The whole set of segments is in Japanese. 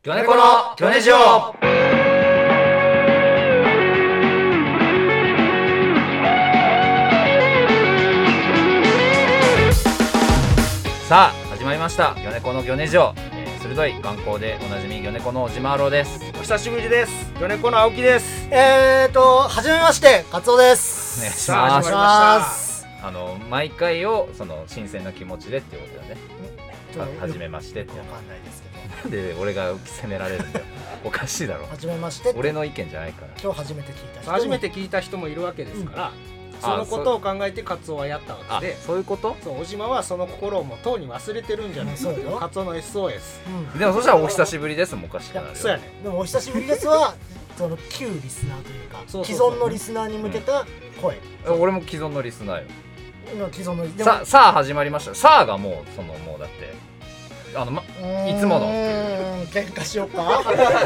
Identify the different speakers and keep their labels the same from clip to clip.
Speaker 1: ギョネコのギョネジオ。さあ始まりましたギョネコのギョネジオ、鋭い眼光でおなじみギョネコの小島郎です。
Speaker 2: お久しぶりです。ギョネコの青木です。
Speaker 3: はじめましてカツオです。
Speaker 1: お願いし
Speaker 2: さあ
Speaker 1: ま
Speaker 2: 始まりました。
Speaker 1: 毎回をその新鮮な気持ちでっていうことだね。はじめましてって
Speaker 3: わかんないですけど。
Speaker 1: なんで俺が責められるんだよ。おかしいだろ。
Speaker 3: はじめまして。
Speaker 1: 俺の意見じゃないから。
Speaker 3: 今日初めて聞いた人。
Speaker 2: 初めて聞いた人もいるわけですから、そのことを考えてカツオはやったわけで。
Speaker 1: そういうこと？
Speaker 2: そう、小島はその心をもうとうに忘れてるんじゃないか。カツオの SOS。
Speaker 1: でもそしたらお久しぶりですもおかしくなるよ。
Speaker 2: そうやね。
Speaker 3: でもお久しぶりですはその旧リスナーというか既存のリスナーに向けた声。
Speaker 1: 俺も既存のリスナーよ。
Speaker 3: 既存の
Speaker 1: さあ始まりました。さあがもうだっていつもの
Speaker 3: 喧嘩しようか。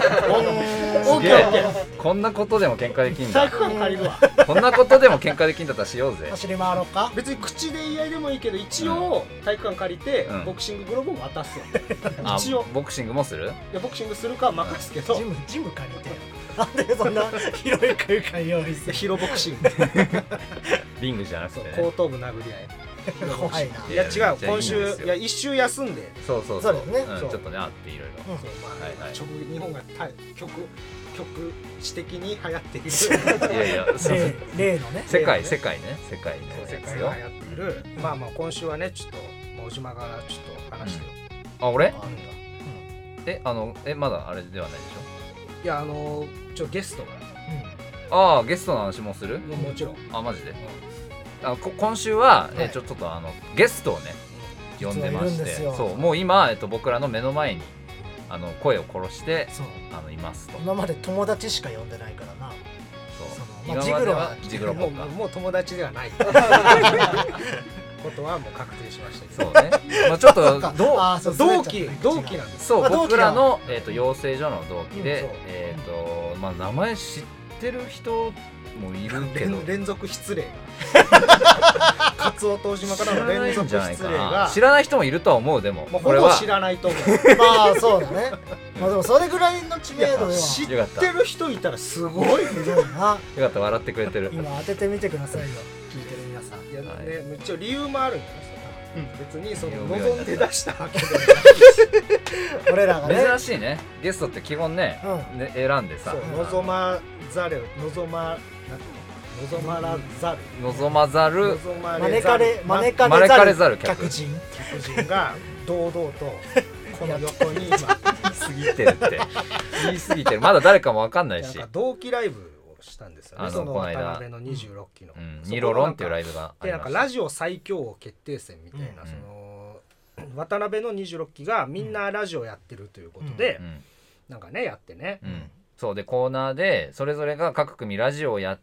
Speaker 1: こんなことでも喧嘩できんだ。
Speaker 2: 体育館借りるわ。
Speaker 1: こんなことでも喧嘩できんだったらしようぜ。
Speaker 3: 走り回ろうか。
Speaker 2: 別に口で言い合いでもいいけど、一応体育館借りてボクシンググローブも渡すわ。一応
Speaker 1: ボクシングもする？
Speaker 2: いやボクシングするかは任すけど。
Speaker 3: ジム借りてよ。なんでそんな広い空間用意する？
Speaker 2: 広ボクシング。
Speaker 1: リングじゃなくて
Speaker 2: 後頭部殴り合い。
Speaker 3: 怖いな。
Speaker 2: いや違う、今週いや一週休んで。
Speaker 1: そう
Speaker 3: そうですね。
Speaker 1: ちょっとねあっていろいろ。
Speaker 2: 日本が局地的に流行っている。
Speaker 1: いやいや
Speaker 3: 例のね。
Speaker 1: 世界ね。
Speaker 2: 世界が流行っている。まあ今週はねちょっと小島からちょっと話してよ。
Speaker 1: あ俺？まだあれではないでしょ？
Speaker 2: いやゲスト
Speaker 1: が。ゲストの話もする？
Speaker 2: もちろん。
Speaker 1: マジで？今週はちょっとゲストをね呼んでまして、そうもう今僕らの目の前に声を殺していますと。
Speaker 3: 今まで友達しか呼んでないからな。
Speaker 1: そうジグロはジグロ
Speaker 2: もう友達ではないことはもう確定しましたけど。そうね。
Speaker 1: ちょっと
Speaker 2: 同期なんです。
Speaker 1: そう僕らの養成所の同期で名前知ってる人もいるけど
Speaker 2: 連続失礼カツオと小島からの連続失礼が
Speaker 1: 知らない人もいるとは思う。でも
Speaker 2: ほぼ知らないと思う。
Speaker 3: まあそうだね。まあでもそれぐらいの知名度では
Speaker 2: 知ってる人いたらすごいな。
Speaker 1: よかった笑ってくれてる。
Speaker 3: 今当ててみてくださいよ聞いてる皆さん。
Speaker 2: いやねめっちゃ理由もあるんだよ。別にその望んで出したわけではない
Speaker 3: 俺らがね
Speaker 1: 珍しいね。ゲストって基本ね選んでさ
Speaker 2: 望まざる
Speaker 3: 招かれざる客人
Speaker 2: が堂々とこの横に今
Speaker 1: 言い過ぎてる。まだ誰かも分かんないし。
Speaker 2: 同期ライブをしたんですよね。その渡辺の26期の
Speaker 1: ニロロンっていうライブがありました。
Speaker 2: でラジオ最強王決定戦みたいな、その渡辺の26期がみんなラジオやってるということでなんかねやってね、
Speaker 1: そうでコーナーでそれぞれが各組ラジオをやって、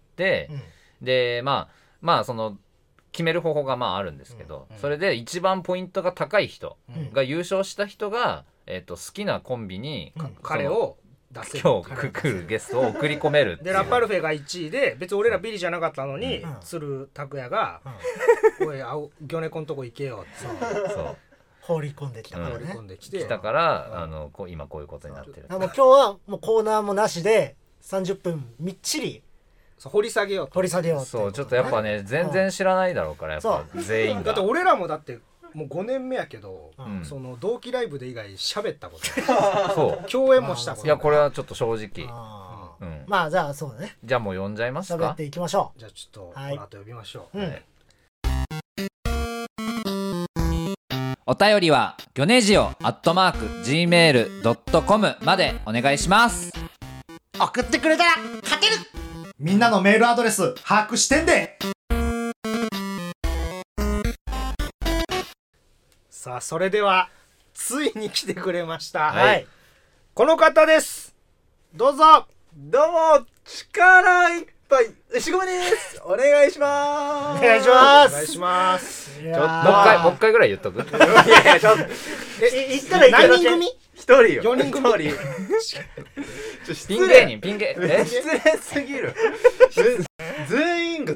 Speaker 1: でまあその決める方法があるんですけど、それで一番ポイントが高い人が優勝した人が好きなコンビに
Speaker 2: 彼を出せる。
Speaker 1: 今日来るゲストを送り込めるっていう。
Speaker 2: でラパルフェが1位で別に俺らビリじゃなかったのに鶴拓也がおいギョネコんとこ行けよって
Speaker 1: そう
Speaker 3: 放り込んできたからね。
Speaker 1: 来たから今こういうことになってる。
Speaker 3: 今日はもうコーナーもなしで30分みっちり
Speaker 2: 掘り下げよう。
Speaker 1: そうちょっとやっぱね全然知らないだろうからやっぱ全員が。
Speaker 2: だって俺らもだってもう5年目やけど、その同期ライブで以外喋ったこと
Speaker 1: そう
Speaker 2: 共演もしたこと
Speaker 1: いやこれはちょっと正直
Speaker 3: まあじゃあそうだね。
Speaker 1: じゃあもう呼んじゃいますか。
Speaker 3: 喋っていきましょう。
Speaker 2: じゃあちょっとこの後呼びましょう。
Speaker 1: お便りはギョネジオ@gmail.com までお願いします。
Speaker 3: 送ってくれたら勝てる。
Speaker 4: みんなのメールアドレス把握してんで。
Speaker 2: さあそれではついに来てくれました。
Speaker 1: はい
Speaker 2: この方です。どうぞ。
Speaker 5: どうも力いっぱい牛込です。お願いします。
Speaker 3: お願いします。
Speaker 2: お願いします。
Speaker 1: もう一回ぐらい言っとく。
Speaker 5: いやちょっと
Speaker 3: 言ったらいいけど
Speaker 2: 何人組
Speaker 5: 一人よ。
Speaker 2: 4人組。
Speaker 1: ピン芸人
Speaker 5: 失礼すぎる。全員が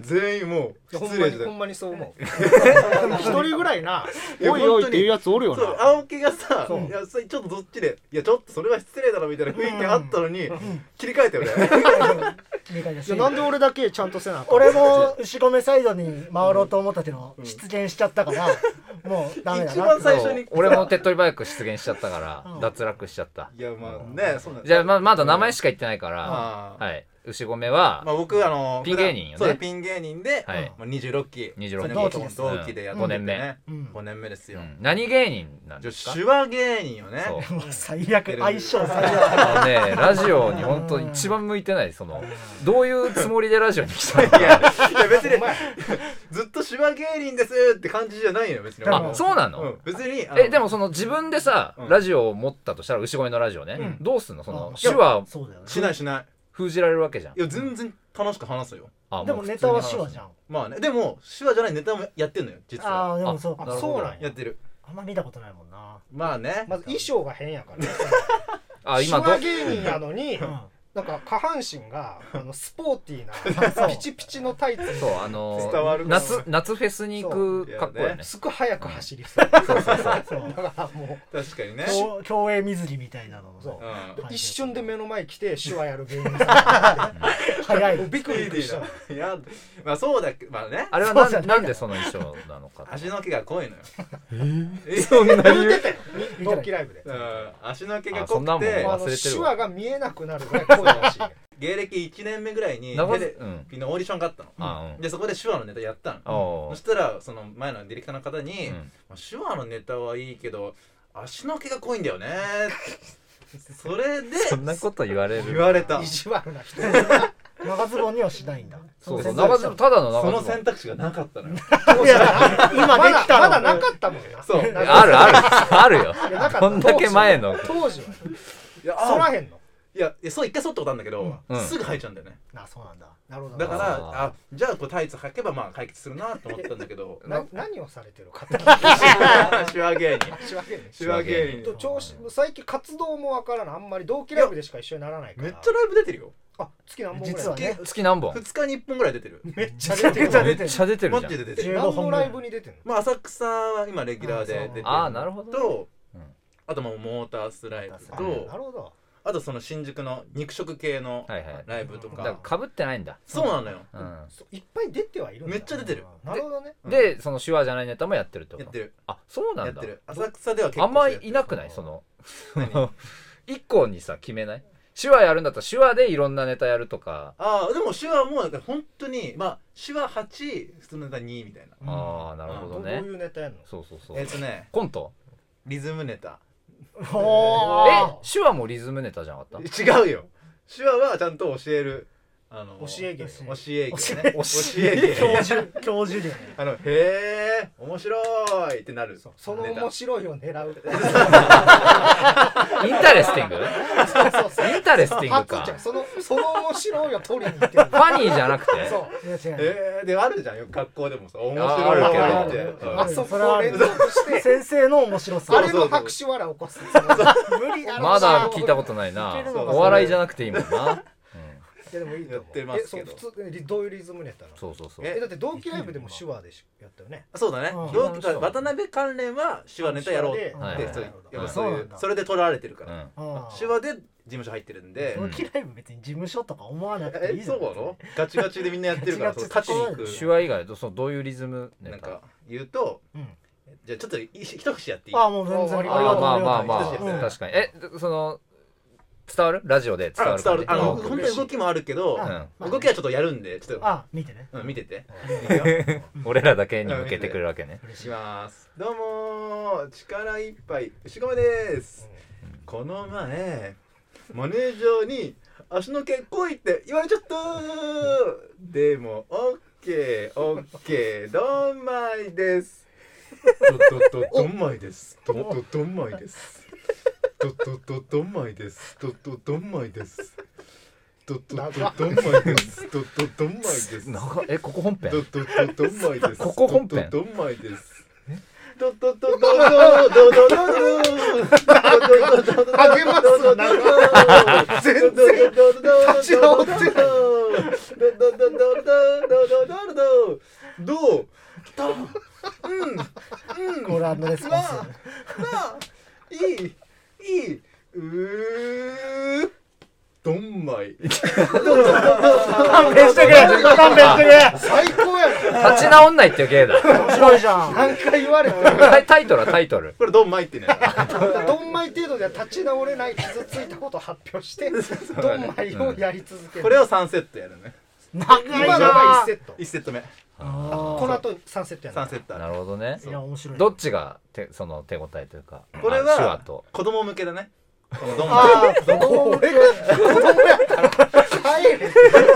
Speaker 5: 全員もう
Speaker 2: ほん
Speaker 5: 失礼じゃん。
Speaker 2: まにほんまにそう思う一人ぐらいなおいおいっていうやつおるよ
Speaker 5: そう
Speaker 2: な。
Speaker 5: 青木がさ
Speaker 2: そう
Speaker 5: いやそれちょっとどっちでいやちょっとそれは失礼だろみたいな雰囲気あったのに切り替えたよね。
Speaker 3: 理解だし
Speaker 2: いやなんで俺だけちゃんとせなあかん。
Speaker 3: 俺も牛込サイドに回ろうと思ったけど出現しちゃったからもうダメだ
Speaker 5: 一
Speaker 3: な
Speaker 5: 番最初に
Speaker 1: そう俺も手っ取り早く出現しちゃったから
Speaker 3: うん
Speaker 1: 脱落しちゃった。
Speaker 5: いやまあねそうなんだ。
Speaker 1: じゃあまだ名前しか言ってないから、
Speaker 5: あー
Speaker 1: はい牛込は
Speaker 5: まあ僕
Speaker 1: ピン芸人よね
Speaker 5: そうピン芸人で
Speaker 1: はい
Speaker 5: まあ26期
Speaker 1: 26期
Speaker 5: 同期
Speaker 3: 同期です
Speaker 5: 同期でやってて
Speaker 1: 5年目
Speaker 5: ね
Speaker 3: うん
Speaker 5: 5年目ですよ。
Speaker 1: うん何芸人なん
Speaker 5: じゃ
Speaker 1: ですか？
Speaker 5: 手話芸人よね。
Speaker 1: そう
Speaker 3: もう最悪相性最悪
Speaker 1: あのねラジオに本当一番向いてないそのどういうつもりでラジオに来たの
Speaker 5: いや別にずっと手話芸人ですって感じじゃないよ別に。
Speaker 3: あ
Speaker 1: あそうなの、
Speaker 5: うん別に
Speaker 1: でもその自分でさ、
Speaker 5: うん
Speaker 1: ラジオを持ったとしたら牛込のラジオね、
Speaker 3: うん
Speaker 1: どうすんのその
Speaker 3: あ
Speaker 1: 手話
Speaker 3: そうだよね
Speaker 5: しないしない。
Speaker 1: 封じられるわけじゃん。
Speaker 5: いや全然楽しく話すよ。
Speaker 1: あ
Speaker 3: でもネタは手話じゃん
Speaker 5: まあねでも手話じゃないネタもやってんのよ実は。
Speaker 3: ああでもそう
Speaker 1: あ
Speaker 3: か
Speaker 2: あそうなんや。
Speaker 5: やってる。
Speaker 3: あんま見たことないもんな
Speaker 5: まあね
Speaker 2: まず衣装が変やからね。
Speaker 1: あ今
Speaker 2: 手話芸人やのに
Speaker 3: うん
Speaker 2: なんか下半身がスポーティーなピチピチのタイツ
Speaker 1: そう
Speaker 5: 伝わるかな
Speaker 1: 夏フェスに行く格好やね。
Speaker 2: すごい速く走りそう。
Speaker 3: そう
Speaker 2: だからも
Speaker 5: 確かにね。
Speaker 3: 競泳水着みたいなのも
Speaker 2: うそう
Speaker 5: うん
Speaker 2: 一瞬で目の前来て手話やる芸人さん
Speaker 3: 早い
Speaker 2: もうビクビクした。
Speaker 5: いやまあそうだけどまあね
Speaker 1: あれは
Speaker 3: そうじゃない
Speaker 1: なんでその衣装なのか。
Speaker 5: 足の毛が濃いのよ。
Speaker 1: そんな
Speaker 2: 言うてたよ同期ライブで。
Speaker 5: うん足の毛が
Speaker 1: あそんなもん
Speaker 5: 濃くて
Speaker 1: 忘れてるわ
Speaker 2: 手話が見えなくなるぐらい濃いらしい。
Speaker 5: 芸歴1年目ぐらいに
Speaker 1: 長
Speaker 5: テレ
Speaker 1: うん
Speaker 5: ビのオーディションがあったの。
Speaker 1: あ
Speaker 5: でそこで手話のネタやったの。
Speaker 1: お
Speaker 5: そしたらその前のディレクターの方に、
Speaker 1: うん
Speaker 5: まあ手話のネタはいいけど足の毛が濃いんだよねそれで
Speaker 1: そんなこと言われる。
Speaker 5: 言われた。
Speaker 2: 意地悪な人。
Speaker 3: 長ズボンにはしないんだ
Speaker 1: そうそう
Speaker 3: の選択
Speaker 1: 長ズボンただの
Speaker 5: その
Speaker 1: 長ズボン
Speaker 5: 選択肢がなかったのよ。
Speaker 3: いや今できたの
Speaker 2: まだなかったもんな。
Speaker 5: そう
Speaker 1: あるよ
Speaker 2: いやなかった
Speaker 1: こんだけ前の
Speaker 2: 当時は。
Speaker 5: いや
Speaker 2: そらへんの。
Speaker 5: いやそう一回剃ったことあるんだけど、
Speaker 1: うん
Speaker 5: すぐ生えちゃうんだよね。
Speaker 3: あそうなんだ
Speaker 2: なるほど。
Speaker 5: だから
Speaker 1: あ
Speaker 5: じゃあこうタイツ履けばまあ解決するなと思ったんだけど
Speaker 2: 何をされてる方。
Speaker 5: 手話芸人
Speaker 2: 手話芸人。
Speaker 5: 手話芸人
Speaker 2: 調子最近活動もわからない。あんまり同期ライブでしか一緒にならないから。
Speaker 5: めっちゃライブ出てるよ。
Speaker 2: あ月何本ぐらい。
Speaker 3: 実はね
Speaker 1: 月何本
Speaker 5: 2日に1本ぐらい出てる。
Speaker 2: めっちゃ出てる。
Speaker 1: めっちゃ出てる
Speaker 5: マ
Speaker 1: じゃん
Speaker 5: ジで出てる。
Speaker 3: 15
Speaker 2: 何
Speaker 3: 本ぐらい
Speaker 2: のライブに出てんの。
Speaker 5: まあ浅草は今レギュラーで出てる
Speaker 1: あーなるほどね
Speaker 5: と
Speaker 1: うん
Speaker 5: あともうモータースライブ
Speaker 2: あ
Speaker 5: と
Speaker 2: なるほど。
Speaker 5: あとその新宿の肉食系の
Speaker 1: はいはい
Speaker 5: ライブと
Speaker 1: だから
Speaker 5: か
Speaker 1: かぶってないんだ
Speaker 5: そうなのよ。
Speaker 1: うん
Speaker 2: いっぱい出てはいるんだ。
Speaker 5: めっちゃ出てる
Speaker 2: なるほどね。
Speaker 1: でその手話じゃないネタもやってるってこと
Speaker 5: やってる
Speaker 1: あそうなんだ
Speaker 5: やってる。浅草では結構
Speaker 1: あんまいなくないその
Speaker 5: 何
Speaker 1: 一個にさ決めない手話やるんだったら手話でいろんなネタやるとか
Speaker 5: ああでも手話も本当にまあ手話8普通のネタ2みたいな。
Speaker 1: ああなるほど
Speaker 2: どう
Speaker 1: ね
Speaker 2: いうネタやんの。
Speaker 1: そうそうそう
Speaker 5: ね
Speaker 1: コント
Speaker 5: リズムネタ
Speaker 3: おー
Speaker 1: 手話もリズムネタじゃなかった
Speaker 5: 違うよ。手話はちゃんと教える
Speaker 2: 教え芸。
Speaker 5: 教え芸ね。教え芸。
Speaker 3: 教授で
Speaker 5: へえ面白いってなる。
Speaker 2: その面白いを狙う。
Speaker 1: インタレスティング
Speaker 2: そうそう。
Speaker 1: インタレスティング
Speaker 2: 初
Speaker 1: か
Speaker 2: じゃんその面白いを取りに行ってる。
Speaker 1: ファニーじゃなくて
Speaker 2: そう。
Speaker 3: いや違う
Speaker 5: であるじゃんよ学校でもさ面
Speaker 1: あ
Speaker 5: 白い
Speaker 1: るけど
Speaker 5: ってうん
Speaker 2: あそこを連続して。
Speaker 3: 先生の面白さ
Speaker 2: あれの拍手笑い起こす。無理だろ。
Speaker 1: まだ聞いたことないない
Speaker 3: けるのが
Speaker 1: お笑いじゃなくていいもんな
Speaker 2: いやでもいいと思う。
Speaker 5: やってますけど
Speaker 2: そう普通どういうリズムネタなの。
Speaker 1: そうそうそう
Speaker 5: え
Speaker 2: だって同期ライブでも手話でやったよね。
Speaker 5: そうだね
Speaker 3: うん
Speaker 5: 同期渡辺関連は手話ネタやろうって
Speaker 1: はいはい
Speaker 5: そうやっぱ
Speaker 3: そ
Speaker 5: そうう
Speaker 3: なんだ
Speaker 5: それで取られてるから
Speaker 1: うん
Speaker 5: 手話で事務所入ってるんで
Speaker 3: 同期ライブ別に事務所とか思わなくていいじゃん
Speaker 5: そうなのガチガチでみんなやってるから
Speaker 3: ガチガチ
Speaker 5: そう勝ちに行く
Speaker 1: 手話以外だとどういうリズムネタ
Speaker 5: なんか言うと
Speaker 3: うん
Speaker 5: じゃあちょっと一口やっていい
Speaker 3: あもう全然
Speaker 2: あ
Speaker 3: ありがとう
Speaker 1: あまあまあまあ
Speaker 5: 一口やって
Speaker 1: 確かにその伝わるラジオで伝わる
Speaker 5: 伝わる
Speaker 1: 感じ
Speaker 5: 本当に動きもあるけど
Speaker 1: うん
Speaker 5: 動きはちょっとやるんでちょっと
Speaker 3: あ見てね
Speaker 5: 見てて
Speaker 1: 俺らだけに向けてくるわけね
Speaker 5: いきますどうも力いっぱい牛込ですこの前マネージャーに足の毛濃いって言われちゃったでもオッケーオッケーどんまいですどんまいですどんまいですどんまいですどんまいですどんまいですどんまいです
Speaker 1: ここ本編
Speaker 5: どんまいです
Speaker 1: ここ本編
Speaker 5: どんまいです励
Speaker 2: ますなんか全然立ち直ってない
Speaker 5: どう
Speaker 3: ご覧のレスポンス。
Speaker 5: いいどんまい
Speaker 3: 勘弁してくれ勘弁してくれ。
Speaker 2: 最高やろ。
Speaker 1: 立ち直んないっていう芸だ。
Speaker 3: 面白いじゃん。
Speaker 2: 何回言われてる。
Speaker 1: タイトルはタイトル。
Speaker 5: これどんまいってね
Speaker 2: どんまい程度では立ち直れない傷ついたことを発表してどんまいをやり続ける。
Speaker 5: これを3セットやるね。
Speaker 3: 長い
Speaker 2: 今のが
Speaker 3: な
Speaker 2: 1セット。
Speaker 5: 1セット目
Speaker 2: この後3セットやる。
Speaker 5: 3セットあ
Speaker 1: な
Speaker 5: る。
Speaker 1: るほどね。
Speaker 3: いや面白い。
Speaker 1: どっちがその手応えというか。
Speaker 5: これ
Speaker 1: 手話
Speaker 5: は
Speaker 1: と。
Speaker 5: 子供向けだね。このどんまい
Speaker 3: ああ、
Speaker 2: 俺が子供やったら帰れ。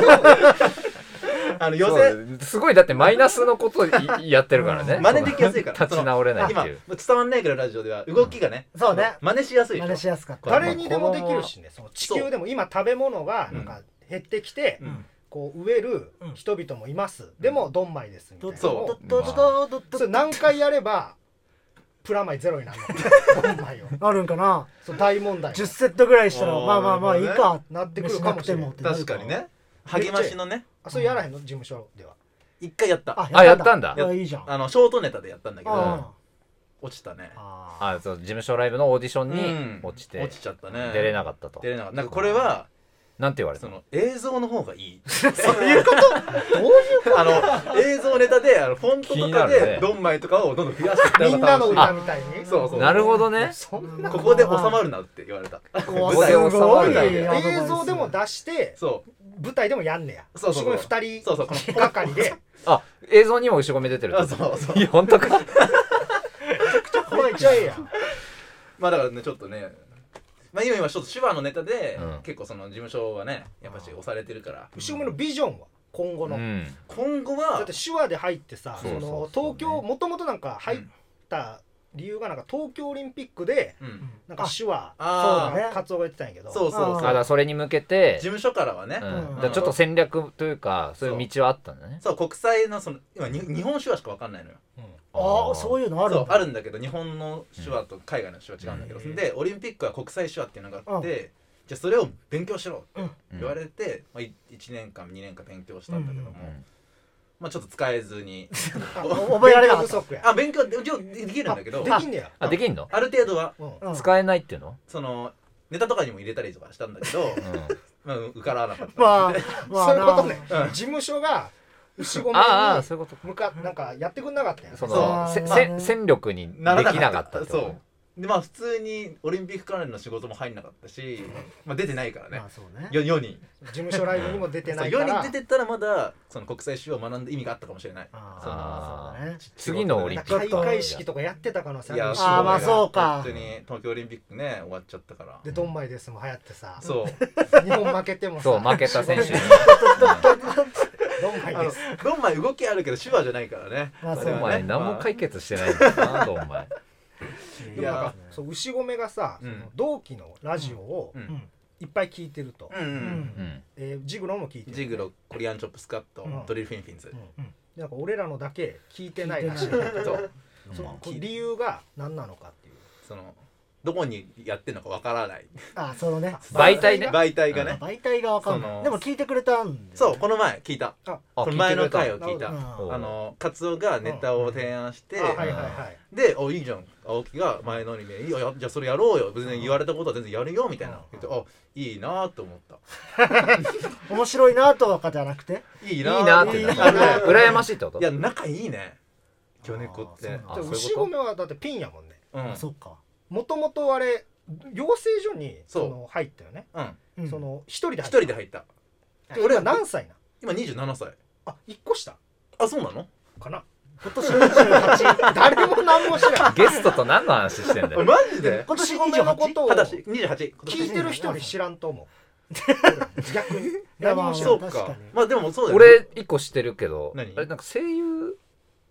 Speaker 5: 寄せ
Speaker 1: そうすごいだってマイナスのことやってるからね。
Speaker 5: 真似できやすいから
Speaker 1: 立ち直れないって
Speaker 5: 今
Speaker 1: いう。
Speaker 5: 伝わんないけどラジオでは動きがね
Speaker 3: そうね。
Speaker 5: 真似しやすいでしょ
Speaker 3: 真似しやすかった。
Speaker 2: 誰にでもできるしね。その地球でも今食べ物がなんか減ってきてこう植える人々もいます。でもどんまいですみたいなのをそれ何回やればプラマイゼロになるの。どんまいを
Speaker 3: あるんかな。
Speaker 2: そう大問題
Speaker 3: 10セットぐらいしたらまあいいか
Speaker 2: なってくるかもしれない。
Speaker 5: 確かにね励ましのね
Speaker 2: あ、それやらへんの事務所では。
Speaker 5: 一回やった
Speaker 1: あやったんだ。
Speaker 3: いいじゃん。
Speaker 5: ショートネタでやったんだけ
Speaker 3: うん
Speaker 5: ど落ちたね。
Speaker 1: あそう事務所ライブのオーディションに落ちて
Speaker 5: 落ちちゃったね。
Speaker 1: 出れなかったと。
Speaker 5: 出れなかった。なんかこれは
Speaker 1: なんて言われた
Speaker 5: その映像の方がいい。
Speaker 2: そういうこと。どういう
Speaker 5: 映像ネタでフォントとか
Speaker 1: 気になる
Speaker 5: で
Speaker 1: ね
Speaker 5: ドンマイとかをどんどん増やしていった
Speaker 2: みんなの
Speaker 5: 楽しい。
Speaker 2: 歌みたいに。
Speaker 5: そうそう。
Speaker 1: なるほどね。
Speaker 2: そんな
Speaker 5: ここで収まるなって言われた。
Speaker 3: す
Speaker 1: ここで収まるな
Speaker 2: 映像でも出して
Speaker 5: そう
Speaker 2: 舞台でもやんねや。
Speaker 5: そうそう
Speaker 2: 後ろに2
Speaker 5: そうそうこ
Speaker 2: 人
Speaker 5: の
Speaker 2: がかりで。
Speaker 1: あ映像にも牛込出てるって
Speaker 5: あそうそう
Speaker 1: いや本当か。
Speaker 2: めっちゃええやん。
Speaker 5: まあだからねちょっとね。まあ今ちょっと手話のネタで
Speaker 1: うん
Speaker 5: 結構その事務所はねやっぱし押されてるから
Speaker 2: 後ろのビジョンは今後の。
Speaker 1: うん
Speaker 5: 今後は
Speaker 2: だって手話で入ってさ、
Speaker 1: そうそうそう
Speaker 2: その東京もともとなんか入った理由がなんか東京オリンピックで
Speaker 5: うん
Speaker 2: なんか手話
Speaker 5: あ
Speaker 3: ー
Speaker 2: 活動が言ってたんやけど、
Speaker 5: そうそうそう
Speaker 1: あだからそれに向けて
Speaker 5: 事務所からはね
Speaker 1: だからちょっと戦略というかそういう道はあったんだね。
Speaker 5: そう国際のその今日本手話しか分かんないのよ。
Speaker 3: ああ、そういうのある
Speaker 5: そう
Speaker 3: んだ。
Speaker 5: あるんだけど日本の手話と海外の手話違うんだけど、でオリンピックは国際手話っていうのがあって、じゃあそれを勉強しろって言われて、まあ、1年間2年間勉強したんだけども、まあちょっと使えずに
Speaker 3: 覚えられなかった。
Speaker 2: 不足や。
Speaker 5: あ勉強できるんだけど
Speaker 2: できんねや。
Speaker 1: あできんの？
Speaker 5: ある程度は
Speaker 3: うん
Speaker 1: 使えないっていうの？
Speaker 5: そのネタとかにも入れたりとかしたんだけど、まあ、受からなかった。
Speaker 3: まあ
Speaker 2: そういうことね。
Speaker 5: うん
Speaker 2: 事務所が牛込に
Speaker 1: ああそういうことか。
Speaker 2: なんかやってくんなかったんや。
Speaker 1: そ
Speaker 5: そう
Speaker 1: の
Speaker 3: まあね
Speaker 1: 戦力にでき
Speaker 5: なら
Speaker 1: なかったってこと
Speaker 5: そうでまあ普通にオリンピック関連の仕事も入んなかったし、まあ、出てないからね
Speaker 3: まあそうね。
Speaker 5: 世に
Speaker 2: 事務所ライブにも出てない
Speaker 5: 世
Speaker 2: から。
Speaker 5: に出てったらまだその国際手話を学んで意味があったかもしれない。
Speaker 3: ああ、そうだね。
Speaker 1: 次のオリンピック
Speaker 2: 開会式とかやってた可能性ある。
Speaker 5: いや
Speaker 2: 牛込が
Speaker 3: まあそうか
Speaker 5: 本当に東京オリンピックね終わっちゃったから
Speaker 2: でドンマイですも流行ってさ、
Speaker 5: そう
Speaker 2: 日本負けてもさ、
Speaker 1: そう負けた選手に
Speaker 2: ドンマイです。
Speaker 5: ドンマイ動きあるけど手話じゃないからね。
Speaker 3: まあそう
Speaker 1: お前
Speaker 5: それはね
Speaker 1: 何も解決してないんだなとお前。
Speaker 2: でもなんかそう牛込がさ、
Speaker 5: うん
Speaker 2: その同期のラジオを
Speaker 5: うん
Speaker 2: いっぱい聞いてると、
Speaker 5: うんうん
Speaker 1: うん
Speaker 2: ジグロも聞いてる、
Speaker 5: ジグロコリアンチョップスカット
Speaker 2: うん
Speaker 5: ドリルフィンフィンズ
Speaker 2: でなんか俺らのだけ聞いてないらしいんだけど、
Speaker 5: そう
Speaker 2: その理由が何なのかっていう。
Speaker 5: そのどこにやってんのかわからない
Speaker 3: あ、そのね。
Speaker 1: 媒体ね。
Speaker 5: 媒体がね
Speaker 3: 媒体がわかんな
Speaker 5: その
Speaker 3: い。でも聞いてくれたんで。
Speaker 5: そうこの前聞いた
Speaker 2: あ
Speaker 1: あ
Speaker 5: この前の回を聞いた
Speaker 2: 聞いてくれ
Speaker 3: た
Speaker 5: カツオがネタを提案して
Speaker 2: あはいはいはい。
Speaker 5: で「おいいじゃん青木が前のにねいいよじゃあそれやろうよ別に言われたことは全然やるよ」みたいな言って「あいいな」と思った
Speaker 3: 面白いなとかじゃなくて。
Speaker 5: いい
Speaker 1: いいなって
Speaker 3: いい
Speaker 1: な
Speaker 3: な
Speaker 1: 羨ましいってこと？
Speaker 5: いや仲いいね魚猫って
Speaker 3: あ
Speaker 1: そういうこと
Speaker 2: 牛込はだってピンやもんね。
Speaker 5: うん
Speaker 3: あ、そっか。
Speaker 2: もともとあれ養成所に
Speaker 5: そう
Speaker 2: その入ったよね。
Speaker 5: うん
Speaker 3: うん
Speaker 2: その一人で
Speaker 5: 一
Speaker 2: 入った。
Speaker 5: 人で入った
Speaker 2: 俺は何歳な？
Speaker 5: 今27歳
Speaker 2: あ、一個下
Speaker 5: あそうなの
Speaker 2: かな。
Speaker 3: 今年28。
Speaker 2: 誰も何も知らん。
Speaker 1: ゲストと何の話してんだよ。
Speaker 5: マジで
Speaker 3: 今年
Speaker 2: 牛込のことを
Speaker 5: 二十歳28
Speaker 2: 聞いてる人より知らんと思う。逆に
Speaker 3: いやまあ
Speaker 2: 何も知らん。
Speaker 5: そうか
Speaker 3: 確かに
Speaker 5: まあでもそうだよ
Speaker 1: 俺一個知ってるけど、
Speaker 5: 何
Speaker 1: あれなんか声優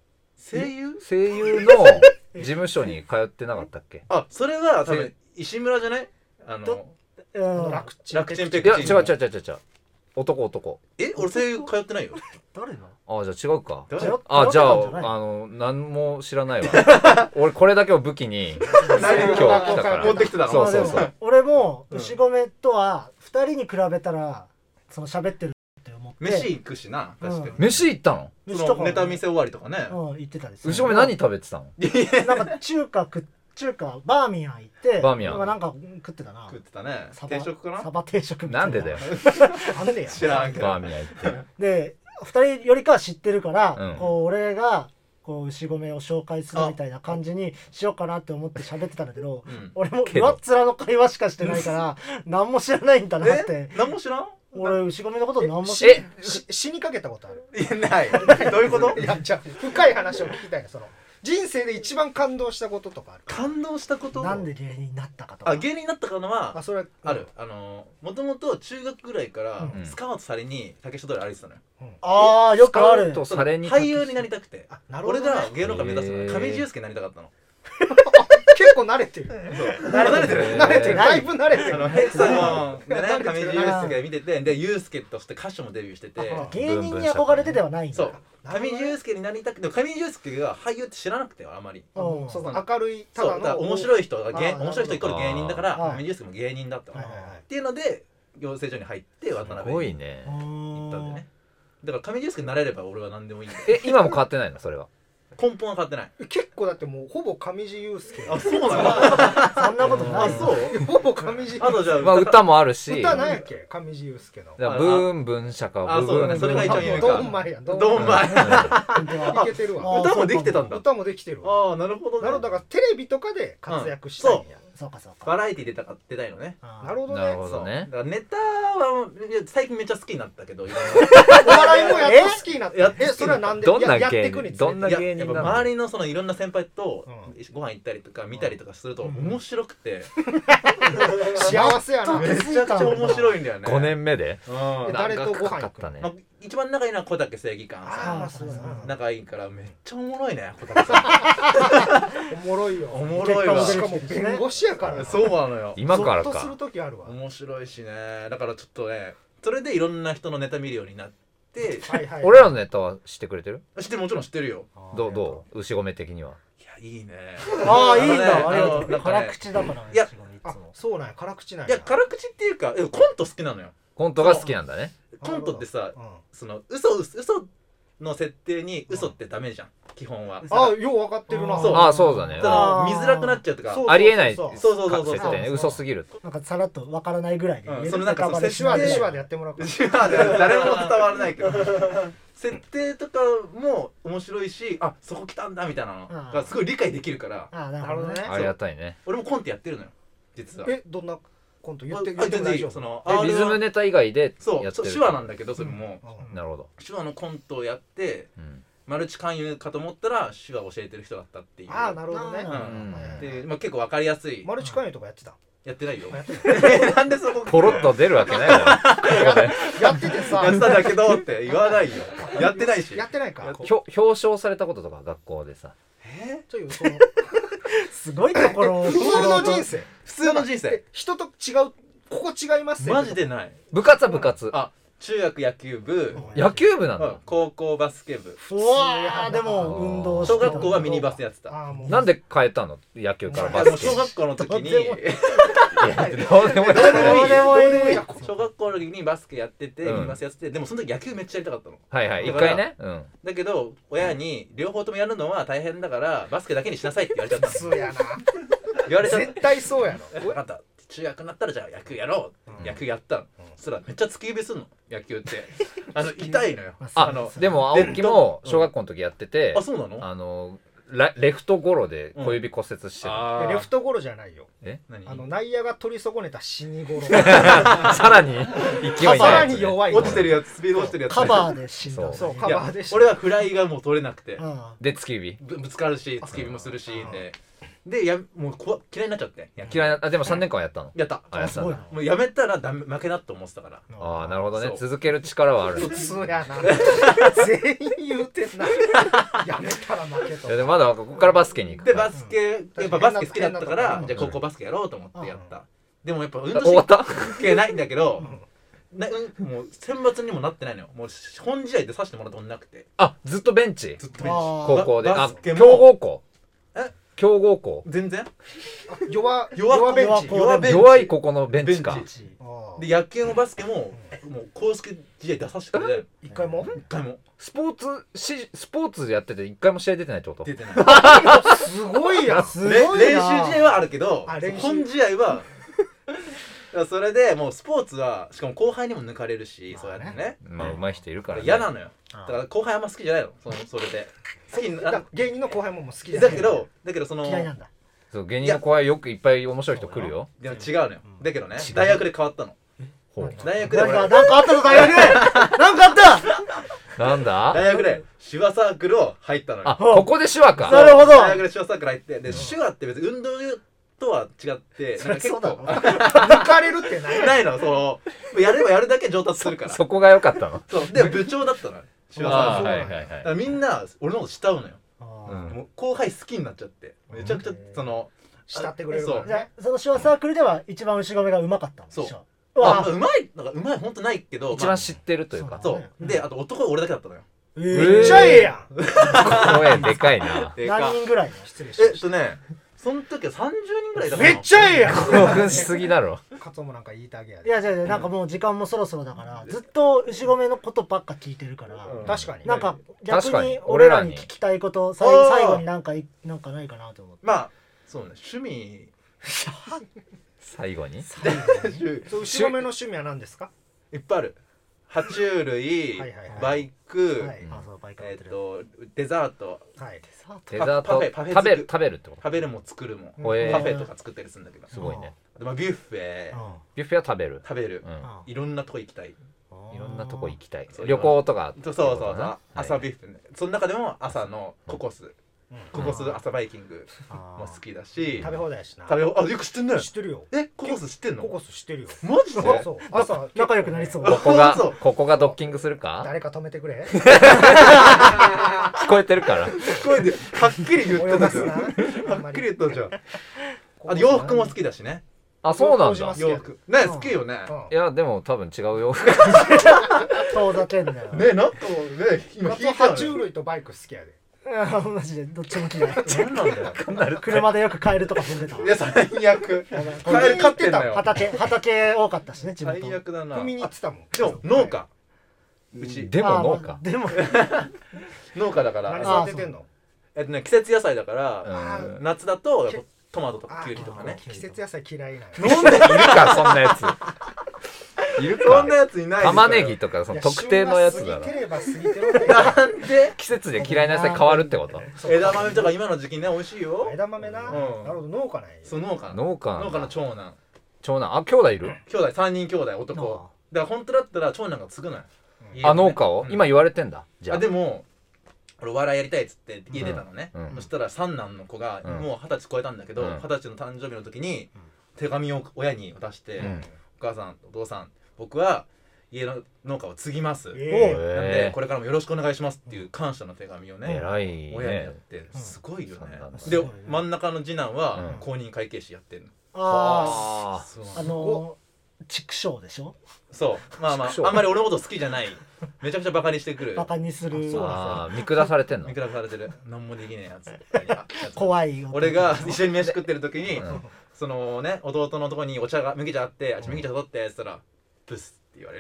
Speaker 5: 声優
Speaker 1: の事務所に通ってなかったっけ？
Speaker 5: あそれは多分石村じゃない
Speaker 3: うん。
Speaker 2: 楽ちん
Speaker 5: 楽ちんペ
Speaker 1: いや違
Speaker 5: クチン
Speaker 1: う違う違う違う。男。
Speaker 5: 俺声優通ってないよ
Speaker 3: 誰の？
Speaker 1: あじゃあ違うか。
Speaker 5: 誰
Speaker 1: あじゃ
Speaker 3: 通ってたんじゃない
Speaker 1: あ何も知らないわ。俺これだけを武器に今日来たから。
Speaker 5: 持ってきてたの
Speaker 1: そうそうそう
Speaker 3: まあでも俺も牛込とは2人に比べたらその喋ってるって思っ
Speaker 5: 飯行くしな確かに、
Speaker 1: 飯行ったの？
Speaker 5: そのネタ見せ終わりとかね、
Speaker 3: 行ってたです。
Speaker 1: 牛込何食べてたの？
Speaker 3: なんか中華バーミヤン行って
Speaker 1: バーミヤン
Speaker 3: なんか食ってたな。
Speaker 5: 食ってたね。
Speaker 3: 定
Speaker 5: 食かな？
Speaker 3: サバ定食みたいな。
Speaker 1: なんでだよ。
Speaker 3: あんねや。
Speaker 5: 知らんけど。
Speaker 1: バーミヤン行って。
Speaker 3: で2人よりかは知ってるから、こう俺がこう牛込を紹介するみたいな感じにしようかなって思って喋ってたんだけど、俺も上っ面の会話しかしてないから何も知らないんだなって。
Speaker 5: 何も知らん？
Speaker 3: 俺牛込のこと何も知らん。
Speaker 2: 死にかけたことある？
Speaker 5: いやないどういうこと？
Speaker 2: いやじゃあ深い話を聞きたいの。その人生で一番感動したこととかある？
Speaker 5: 感動したこと？
Speaker 3: なんで芸人になったかとか。
Speaker 5: 芸人になったかのは
Speaker 2: それ
Speaker 5: ある。もともと中学ぐらいからスカウトされに竹下通り歩いてたのよ。
Speaker 3: ああよくある。
Speaker 5: 俳優になりたくて、俺が芸能界目指すのは上地雄介になりたかったの。
Speaker 2: 結構慣れてる。
Speaker 5: 慣れてる
Speaker 2: だいぶ慣れてる。
Speaker 5: ヘッドホンでね上地雄介見てて、で雄介として歌手もデビューしてて、
Speaker 3: 芸人に憧れてではないんだ。
Speaker 5: そう上地雄介になりたくて、上地雄介が俳優って知らなくてあまり。
Speaker 2: 明るいただの
Speaker 5: 面白い人イコール芸人だから、上地雄介も芸人だったっていうので養成所に入って渡辺に行ったんでね。だから上地雄介になれれば俺は何でもいいんだよ。
Speaker 1: 今も変わってないの？それは
Speaker 5: 根本は変わってない。
Speaker 2: 結構だってもうほぼ上地雄介。
Speaker 5: あ、そうなの？
Speaker 3: そんなことない。
Speaker 5: そう
Speaker 2: ほぼ上地。
Speaker 5: あとじゃあ
Speaker 1: まあ歌もあるし。
Speaker 2: 歌なんやっけ？上地雄介の。
Speaker 1: ブーンブンシャカブーン。
Speaker 5: それが一番有名か。
Speaker 2: ドンマイや。
Speaker 5: ドンマイ。
Speaker 2: いけてるわ。
Speaker 5: 歌もできてたんだ。
Speaker 2: 歌もできてる
Speaker 5: わ。ああ、なるほどね。
Speaker 2: だからテレビとかで活躍したいんや。
Speaker 3: そうかそうか。
Speaker 5: バラエティ出たいのね。
Speaker 2: なるほどね。
Speaker 1: なるほどね。
Speaker 5: だからネタは最近めっちゃ好きになったけど、お
Speaker 2: 笑いもやっと好きになった。それはなんで？
Speaker 1: どんな
Speaker 5: 芸人なの？周りのそのいろんな先輩とご飯行ったりとか見たりとかすると面白くて、
Speaker 2: 幸せやな。
Speaker 5: めちゃくちゃ面白いんだよね。
Speaker 1: 5年目で。
Speaker 2: 誰とご飯行
Speaker 1: ったね。
Speaker 5: 一番仲いいのは小竹正義感さん。仲いいからめっちゃおもろいね、小竹さん。
Speaker 2: おもろいよ。
Speaker 5: おもろいわ。
Speaker 2: しかも弁護士やから。
Speaker 5: そうなのよ。
Speaker 1: 今からか。
Speaker 2: ゾッとする時あるわ。
Speaker 5: 面白いしね。だからちょっとね、それでいろんな人のネタ見るようになって。
Speaker 1: 俺らのネタは知ってくれてる？
Speaker 5: 知ってる、もちろん知ってるよ。
Speaker 1: どう？牛込的には。
Speaker 5: いいね。
Speaker 3: ああいいんだ。ありがとう。辛口だから。
Speaker 5: いや、
Speaker 2: そうなんや。辛口なんや。
Speaker 5: いや辛口っていうかコント好きなのよ。
Speaker 1: コントが好きなんだね。
Speaker 5: コントってさ、その嘘の設定に嘘ってダメじゃん、基本は。
Speaker 2: あ、よう分かってるな。
Speaker 1: そうだね。
Speaker 5: 見づらくなっちゃうとか
Speaker 1: ありえない。
Speaker 5: そう
Speaker 1: 設定ね、嘘すぎる。
Speaker 3: なんかさらっと分からないぐらいで。
Speaker 5: そのなんか
Speaker 2: 手話でやってもらう。
Speaker 5: 手話で誰も伝わらないけど。設定とかも面白いし、あ、そこ来たんだみたいなのがすごい理解できるから。
Speaker 3: なるほどね。
Speaker 1: ありがたいね。
Speaker 5: 俺もコントやってるのよ、実は。
Speaker 2: どんなコント言って
Speaker 5: も大丈夫？
Speaker 1: リズムネタ以外でやってる。
Speaker 5: そう、手話なんだけど、それも。
Speaker 1: なるほど。
Speaker 5: 手話のコントをやって、マルチ勧誘かと思ったら手話教えてる人だったっていう。
Speaker 2: ああ、なるほどね。
Speaker 5: で、結構わかりやすい。
Speaker 2: マルチ勧誘とかやってた？
Speaker 5: やってないよ。なんでそこ
Speaker 1: ポロッと出るわけないだろ。
Speaker 2: やっててさ。
Speaker 5: やってたんだけどって言わないよ。やってないし。
Speaker 2: やってないか。
Speaker 1: 表彰されたこととか学校でさ。
Speaker 2: というその
Speaker 3: すごいところ。
Speaker 2: 普通の人生。
Speaker 5: 普通の人生。
Speaker 2: 人と違う。ここ違いますよ。
Speaker 5: マジでない。
Speaker 1: 部活は部活。
Speaker 5: あ、中学野球部。
Speaker 1: 野球部なんだ。
Speaker 5: 高校バスケ部。
Speaker 3: うわー、でも運動
Speaker 5: 小学校はミニバスやってた。
Speaker 1: なんで変えたの？野球からバスケ。
Speaker 5: 小学校の時に。
Speaker 1: どうでもいい。
Speaker 5: 小学校の時にバスケやってて、ミニバスやってて、でもその時野球めっちゃやりたかったの。
Speaker 1: はいはい。一回ね。
Speaker 5: だけど親に両方ともやるのは大変だからバスケだけにしなさいって言われちゃった。
Speaker 2: そうやな。
Speaker 5: 言われちゃった。
Speaker 2: 絶対そうやろ。
Speaker 5: 分かった。中学になったらじゃあ野球やろう。野球やったの。そしたらめっちゃ突き指すんの、野球って。痛いのよ。
Speaker 1: でも青木も小学校の時やってて。
Speaker 5: あ、そうなの？
Speaker 1: レフトゴロで小指骨折してる。
Speaker 2: レフトゴロじゃないよ。
Speaker 1: 何？
Speaker 2: 内野が取り損ねた死にゴロ。
Speaker 1: さらに勢い
Speaker 2: さらに弱い。
Speaker 5: 落ちてるやつ、スピード落ちてるやつ。
Speaker 3: カバーで死んだ。
Speaker 2: そう、カバーで死んだ。
Speaker 5: 俺はフライがもう取れなくて。
Speaker 1: で突き指
Speaker 5: ぶつかるし、突き指もするしでもう嫌いになっちゃって。
Speaker 1: 嫌いな。でも3年間はやったの？
Speaker 5: やった。
Speaker 3: すごいな。
Speaker 5: もうやめたら負けだと思ってたから。
Speaker 1: ああ、なるほどね。続ける力はある。
Speaker 2: 普通やな。全員言うてんな。やめたら負けと。
Speaker 1: でまだここからバスケに行く。
Speaker 5: でバスケやっぱバスケ好きだったからじゃあ高校バスケやろうと思ってやった。でもやっぱ運動神経ないんだけど。もう選抜にもなってないのよ。もう本試合でさせてもらったことなくて。
Speaker 1: あ、ずっとベンチ。
Speaker 5: ずっとベンチ。
Speaker 1: 高校で。あ、強豪校。 強豪校
Speaker 5: 全然
Speaker 2: 弱ベンチ。
Speaker 1: 弱いここのベンチか。
Speaker 5: で野球もバスケももう公式試合出させてくれ。
Speaker 2: 一回も
Speaker 1: スポーツやってて一回も試合出てないってこと？
Speaker 5: 出てない。
Speaker 2: すごいやん。
Speaker 3: すごいな。
Speaker 5: 練習試合はあるけど本試合はそれでもうスポーツはしかも後輩にも抜かれるし、そうやってね、
Speaker 1: まあ上手い人いるから
Speaker 5: 嫌なのよ。だから後輩あんま好きじゃないの。それで好きな
Speaker 2: 芸人の後輩も好き
Speaker 5: だけどその
Speaker 3: 嫌いなんだ。
Speaker 1: そう芸人の後輩よくいっぱい面白い人来るよ。
Speaker 5: でも違うのよ。だけどね大学で変わったの。大学で
Speaker 3: なんかあったぞ大学で。なんかあった。
Speaker 1: なんだ？
Speaker 5: 大学で手話サークルを入ったのよ。
Speaker 1: あ、ここで手話か。
Speaker 3: なるほど。
Speaker 5: 大学で手話サークル入ってで手話って別に運動とは違ってなんか結構
Speaker 2: 抜かれるって
Speaker 5: ないの。そうやればやるだけ上達するから。
Speaker 1: そこが良かったの。
Speaker 5: そうで部長だったのよ。手話サークル。
Speaker 1: はいはいはい。
Speaker 5: だからみんな俺のこと慕うのよ。もう後輩好きになっちゃってめちゃくちゃ慕
Speaker 2: ってくれるからね。
Speaker 3: その手話サークルでは一番牛込がうまかったの。
Speaker 5: そう。うまい本当ないけど
Speaker 1: 一番知ってるというか。
Speaker 5: そうであと男俺だけだったのよ。
Speaker 2: めっちゃええやん。
Speaker 1: 声でかいな。
Speaker 3: 何人ぐらい？
Speaker 2: 失礼しました。
Speaker 5: その時は30人ぐらいだから。
Speaker 2: めっちゃええやん。
Speaker 1: 興奮しすぎだろ。
Speaker 2: カツオもなんか言いたげや
Speaker 3: で。いやなんかもう時間もそろそろだからずっと牛込のことばっか聞いてるから。
Speaker 2: 確かに。
Speaker 3: なんか逆に俺らに聞きたいこと最後になんかないかなと思って。
Speaker 5: まあそうね趣味。
Speaker 1: 最後に
Speaker 2: 牛込の趣味は何ですか？
Speaker 5: いっぱいある。爬虫類、バイク、デザート、
Speaker 1: 食べるってこと？
Speaker 5: 食べるも作るもパフェとか作ったりするんだけど。
Speaker 1: すごいね。
Speaker 5: ビュッフェ
Speaker 1: は食べる。
Speaker 5: いろんなとこ行きたい。
Speaker 1: いろんなとこ行きたい。旅行とか。
Speaker 5: そう朝ビュッフェね。その中でも朝のココス朝バイキングも好きだし、
Speaker 2: 食べ放題やしな。
Speaker 5: よく知ってんね。
Speaker 2: 知ってるよ。
Speaker 5: ココス知ってんの？
Speaker 2: ココス知ってるよ。
Speaker 5: マジで？
Speaker 2: そう朝
Speaker 3: 仲良くなりそう。
Speaker 1: ここがドッキングするか？
Speaker 2: 誰か止めてくれ。
Speaker 1: 聞こえてるから。
Speaker 5: 聞こえてはっきり言ってたじゃん。はっきり言ったじゃん。あと洋服も好きだしね。
Speaker 1: あ、そうなんだ。
Speaker 5: 洋服ね好きよね。
Speaker 1: いやでも多分違う洋服。
Speaker 3: 遠ざけんだよ。
Speaker 5: ねなんかね今聞いた。
Speaker 2: 爬虫類とバイク好きやで。
Speaker 3: マジでどっちも嫌い。
Speaker 5: なんだよ。
Speaker 3: 車でよくカエルとか踏んでた。
Speaker 5: いや最悪。カエル飼ってんだよ。
Speaker 3: 畑多かったしね。
Speaker 5: 最悪だな。
Speaker 2: 踏みに行ってたもん。
Speaker 5: でも農家。うち
Speaker 1: でも農家。
Speaker 3: でも
Speaker 5: 農家だから。
Speaker 2: 何育ててんの？
Speaker 5: 季節野菜だから夏だとトマトとかキュウリとかね。
Speaker 2: 季節野菜嫌いな
Speaker 1: の。なんでいるかそんなやつ。いるか。
Speaker 5: そんなやついない。
Speaker 1: 玉ねぎとかその特定のやつだろ。
Speaker 5: なんで？
Speaker 1: 季節で嫌いな野菜変わるってこと？
Speaker 5: 枝豆とか今の時期ね美味しいよ。
Speaker 2: 枝豆な。なるほど農家ない。
Speaker 5: そう農家の長男。
Speaker 1: あ兄弟いる？
Speaker 5: 兄弟3人兄弟男。だから本当だったら長男が継ぐのよ。
Speaker 1: あ農家を今言われてんだ。じゃあ
Speaker 5: でも俺お笑いやりたいっつって家出たのね。そしたら三男の子がもう20歳超えたんだけど20歳の誕生日の時に手紙を親に渡してお母さんお父さん僕は家の農家を継ぎますなんでこれからもよろしくお願いしますっていう感謝の手紙をね親にやってすごいよね。で真ん中の次男は公認会計士やってるの。
Speaker 3: あ畜生でしょ。
Speaker 5: そうまああんまり俺のこと好きじゃない。めちゃくちゃバカにしてくる。
Speaker 3: バカにする。
Speaker 1: 見下されてんの？
Speaker 5: 見下されてる。何もできねえやつ。
Speaker 3: 怖い。
Speaker 5: 俺が一緒に飯食ってる時にそのね弟のとこにお茶が麦茶あって麦茶取ってって言ったらブスって言われる。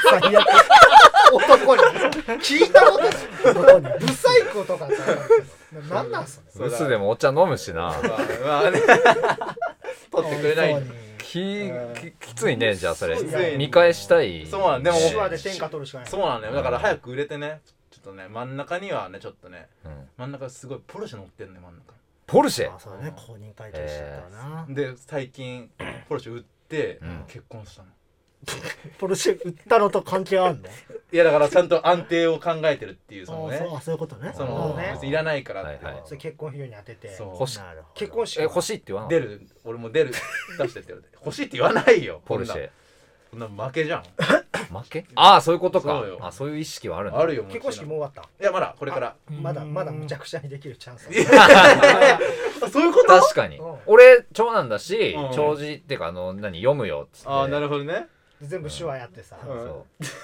Speaker 2: 男に聞いたことない。ブサイクとかさなんなんすか。
Speaker 1: ブスでもお茶飲むしな。
Speaker 5: まあね取ってくれない。
Speaker 1: きついね。じゃあそれ見返したい。
Speaker 5: そうなんでも
Speaker 2: 手話で天下取るしかない。
Speaker 5: そうなんだよ。だから早く売れてねちょっとね真ん中にはねちょっとね真ん中すごいポルシェ乗ってんね真ん中。
Speaker 1: ポルシェ。
Speaker 3: そうね公認会計士だったな。
Speaker 5: で最近ポルシェ売って結婚したの。
Speaker 3: ポルシェ売ったのと関係あるの？
Speaker 5: いやだからちゃんと安定を考えてるっていうそのね。
Speaker 3: そういうことね。
Speaker 5: その別にいらないからって。
Speaker 2: それ結婚費用に当てて。
Speaker 1: 結婚式欲しいって言わない？
Speaker 5: 出る俺も出してって言われて欲しいって言わないよ。
Speaker 1: ポルシェ。
Speaker 5: そんな負けじゃん。
Speaker 1: 負け？ああそういうことか。あそういう意識はあるんだ。
Speaker 5: あるよ。
Speaker 2: 結婚式もう終わった？
Speaker 5: いやまだこれから。
Speaker 2: まだむちゃくちゃにできるチャンス。
Speaker 5: そういうこと？
Speaker 1: 確かに。俺長男だし長寿ってか読むよっつって。
Speaker 5: ああなるほどね。
Speaker 2: 全部手話やってさ。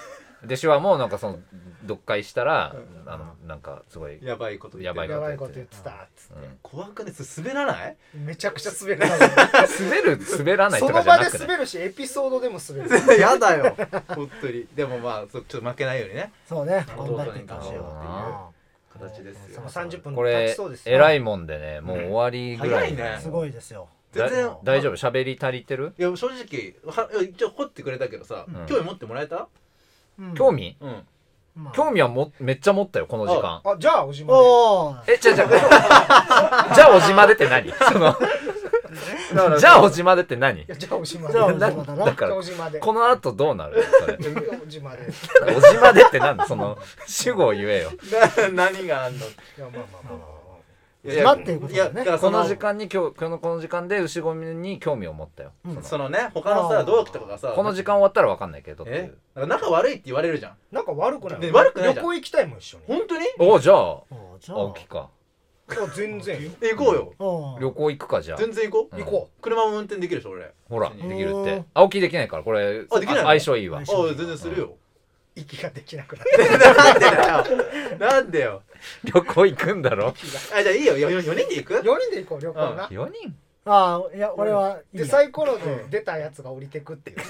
Speaker 1: で手話もなんかその読解したらなんかすごい
Speaker 5: やばいこと言って
Speaker 2: やばいこと言ってたっつって、
Speaker 5: 怖くね滑らない？
Speaker 2: めちゃくちゃ滑る
Speaker 1: 滑らないとかじゃなくて、
Speaker 2: その場で滑るしエピソードでも滑る
Speaker 5: やだよ本当に。でもまあちょっと負けないようにね。
Speaker 3: そうね、
Speaker 5: 頑張っていきましょうっていう形ですよ。
Speaker 2: 30分
Speaker 1: これ偉いもんでね、もう終わりぐらい
Speaker 5: ね。
Speaker 3: すごいですよ。
Speaker 5: 全然
Speaker 1: 大丈夫？喋り足りてる？
Speaker 5: いや正直一応掘ってくれたけどさ、興味持ってもらえた？
Speaker 1: 興味？興味はめっちゃ持ったよこの時間。
Speaker 2: あ、じゃあおじま
Speaker 1: で。じゃあおじまでって何？そのじゃあおじまでって何？
Speaker 2: じゃあおじまで。
Speaker 1: だからこの後どうなる？それ。
Speaker 2: おじまで。
Speaker 1: おじまでって何？その主語を言えよ。
Speaker 5: 何があんの？い
Speaker 2: やまあ。
Speaker 3: 待っていうことだね。
Speaker 1: この時間に今日この時間で牛込に興味を持ったよ。
Speaker 5: そのね他のさ同期とかがさ
Speaker 1: この時間終わったら分かんないけど。
Speaker 5: 仲悪いって言われるじゃん。
Speaker 2: 仲悪くない。
Speaker 5: 悪くないじゃん。
Speaker 2: 旅行行きたいもん一緒に。
Speaker 5: 本当に？
Speaker 1: おじゃあ青木か。
Speaker 2: 全然
Speaker 5: 行こうよ。
Speaker 1: 旅行行くかじゃあ。
Speaker 5: 全然行こう。
Speaker 2: 行こ
Speaker 5: う。車も運転できるでしょ俺。
Speaker 1: ほらできるって。青木できないからこれ相性いいわ。
Speaker 5: 全然するよ。
Speaker 2: 息ができなくなっ
Speaker 5: てなんでよ
Speaker 1: 旅行行くんだろ。
Speaker 5: じゃあいいよ4人で行く？
Speaker 2: 4人で行こう旅行な。
Speaker 1: 4人？
Speaker 3: いや俺は
Speaker 2: でサイコロで出たやつが降りてくっていう。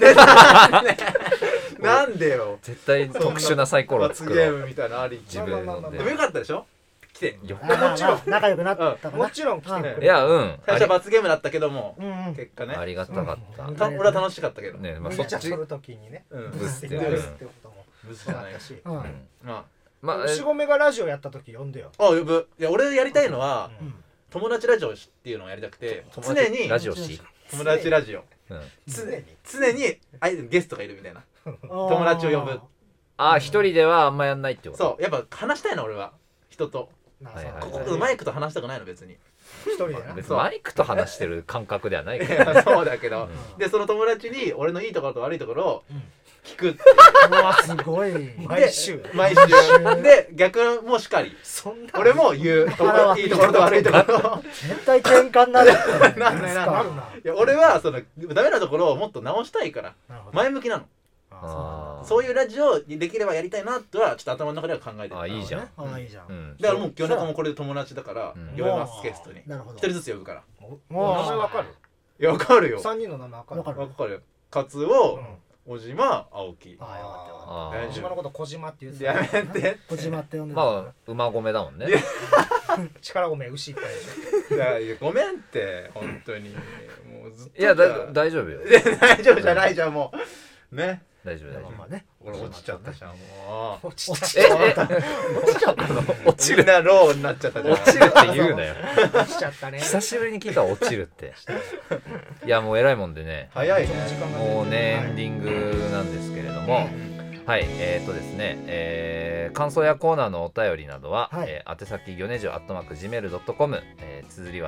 Speaker 5: なんでよ。
Speaker 1: 絶対特殊なサイコロ作ろう。
Speaker 5: 罰ゲームみたいなあり。
Speaker 1: 自分の
Speaker 5: でもよかったでしょ？来て。
Speaker 3: もちろん仲良くなったかな。
Speaker 2: もちろん来てくれ。
Speaker 1: いや
Speaker 5: 最初は罰ゲームだったけども結果ね
Speaker 1: ありがたかった。
Speaker 5: 俺は楽しかったけど
Speaker 1: ね。
Speaker 2: そっち取る時にね。
Speaker 1: ブスって
Speaker 2: ことも。
Speaker 5: ブスじゃないし。
Speaker 2: まあ牛込がラジオやった時呼んでよ。
Speaker 5: 呼ぶ。いや俺やりたいのは友達ラジオっていうのをやりたくて、常に
Speaker 1: ラジオし
Speaker 5: 友達ラジオ常にゲストがいるみたいな友達を呼ぶ。
Speaker 1: 一人ではあんまやんないってこと？
Speaker 5: そうやっぱ話したいの俺は人と。マイクと話したくないの別に。
Speaker 2: 一人でな。
Speaker 1: 別にマイクと話してる感覚ではないから。
Speaker 5: そうだけど、でその友達に俺のいいところと悪いところを聞くっていう。
Speaker 3: うわすごい。
Speaker 2: 毎週
Speaker 5: で逆もしかり。俺も言ういいところと悪いところ。
Speaker 3: 絶対喧嘩になる。
Speaker 5: いや俺はそのダメなところをもっと直したいから前向きなの。そういうラジオできればやりたいなとはちょっと頭の中では考えてる。
Speaker 1: いいじゃん。
Speaker 3: いいじゃん。
Speaker 5: だからもう魚猫もこれで友達だから呼べますゲストに。一人ずつ呼ぶから。
Speaker 2: 名前わかる？
Speaker 5: いやわかるよ。
Speaker 2: 3人の名前わかる？
Speaker 5: わかるよ。カツオ、小島、青木。
Speaker 2: 小島のこと小島って言って
Speaker 5: やめて。
Speaker 3: 小島って呼んで。
Speaker 1: まあ馬込だもんね。
Speaker 2: 力込め牛いっぱいでし
Speaker 5: ょ。いやごめんって本当にもうずっと。
Speaker 1: いや大丈夫よ。
Speaker 5: 大丈夫じゃないじゃんもうね。
Speaker 1: 大丈夫大丈夫。
Speaker 5: 俺落ちちゃったじゃんもう。
Speaker 2: 落ちちゃった
Speaker 1: の？落ちる
Speaker 5: なローになっちゃったじゃん。
Speaker 1: 落ちるって言うなよ。
Speaker 2: 落ちちゃったね。
Speaker 1: 久しぶりに聞いた落ちるって。いやもう偉いもんでね。
Speaker 5: 早いね。
Speaker 1: もうねエンディングなんですけれども。はいですね、感想やコーナーのお便りなどは、宛先ギョネジョ@gmail.com、綴りは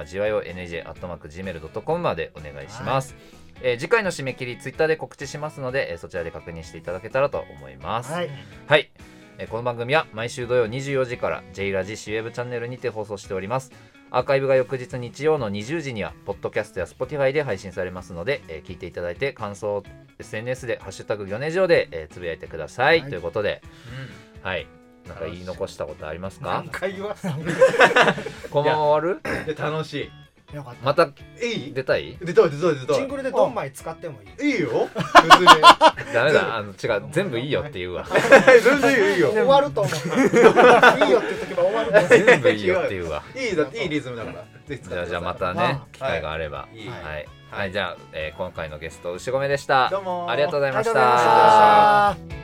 Speaker 1: gyonej@gmail.com までお願いします。次回の締め切りツイッターで告知しますので、そちらで確認していただけたらと思います。はい、この番組は毎週土曜24時から J ラジ C ウェブチャンネルにて放送しております。アーカイブが翌日日曜の20時にはポッドキャストや Spotify で配信されますので、聞いていただいて感想を SNS でハッシュタグギョネジョで、つぶやいてください、ということで、なんか言い残したことありますか？
Speaker 2: 何回言わ
Speaker 1: このまま終わる？
Speaker 5: 楽しい。
Speaker 1: また出たい？
Speaker 5: 出たい。
Speaker 2: ジングルでドンマイ使ってもいい？
Speaker 5: いいよ。
Speaker 1: ダメだ、違う、全部いいよって言うわ。
Speaker 5: 全然いいよ。
Speaker 2: 終わると思う。いいよって言っとけば終わる。
Speaker 1: 全部いいよって言うわ。
Speaker 5: いいリズムだから。
Speaker 1: じゃあまたね機会があれば。はい、じゃあ今回のゲスト牛込でした。
Speaker 5: どうも
Speaker 1: ありがとうございました。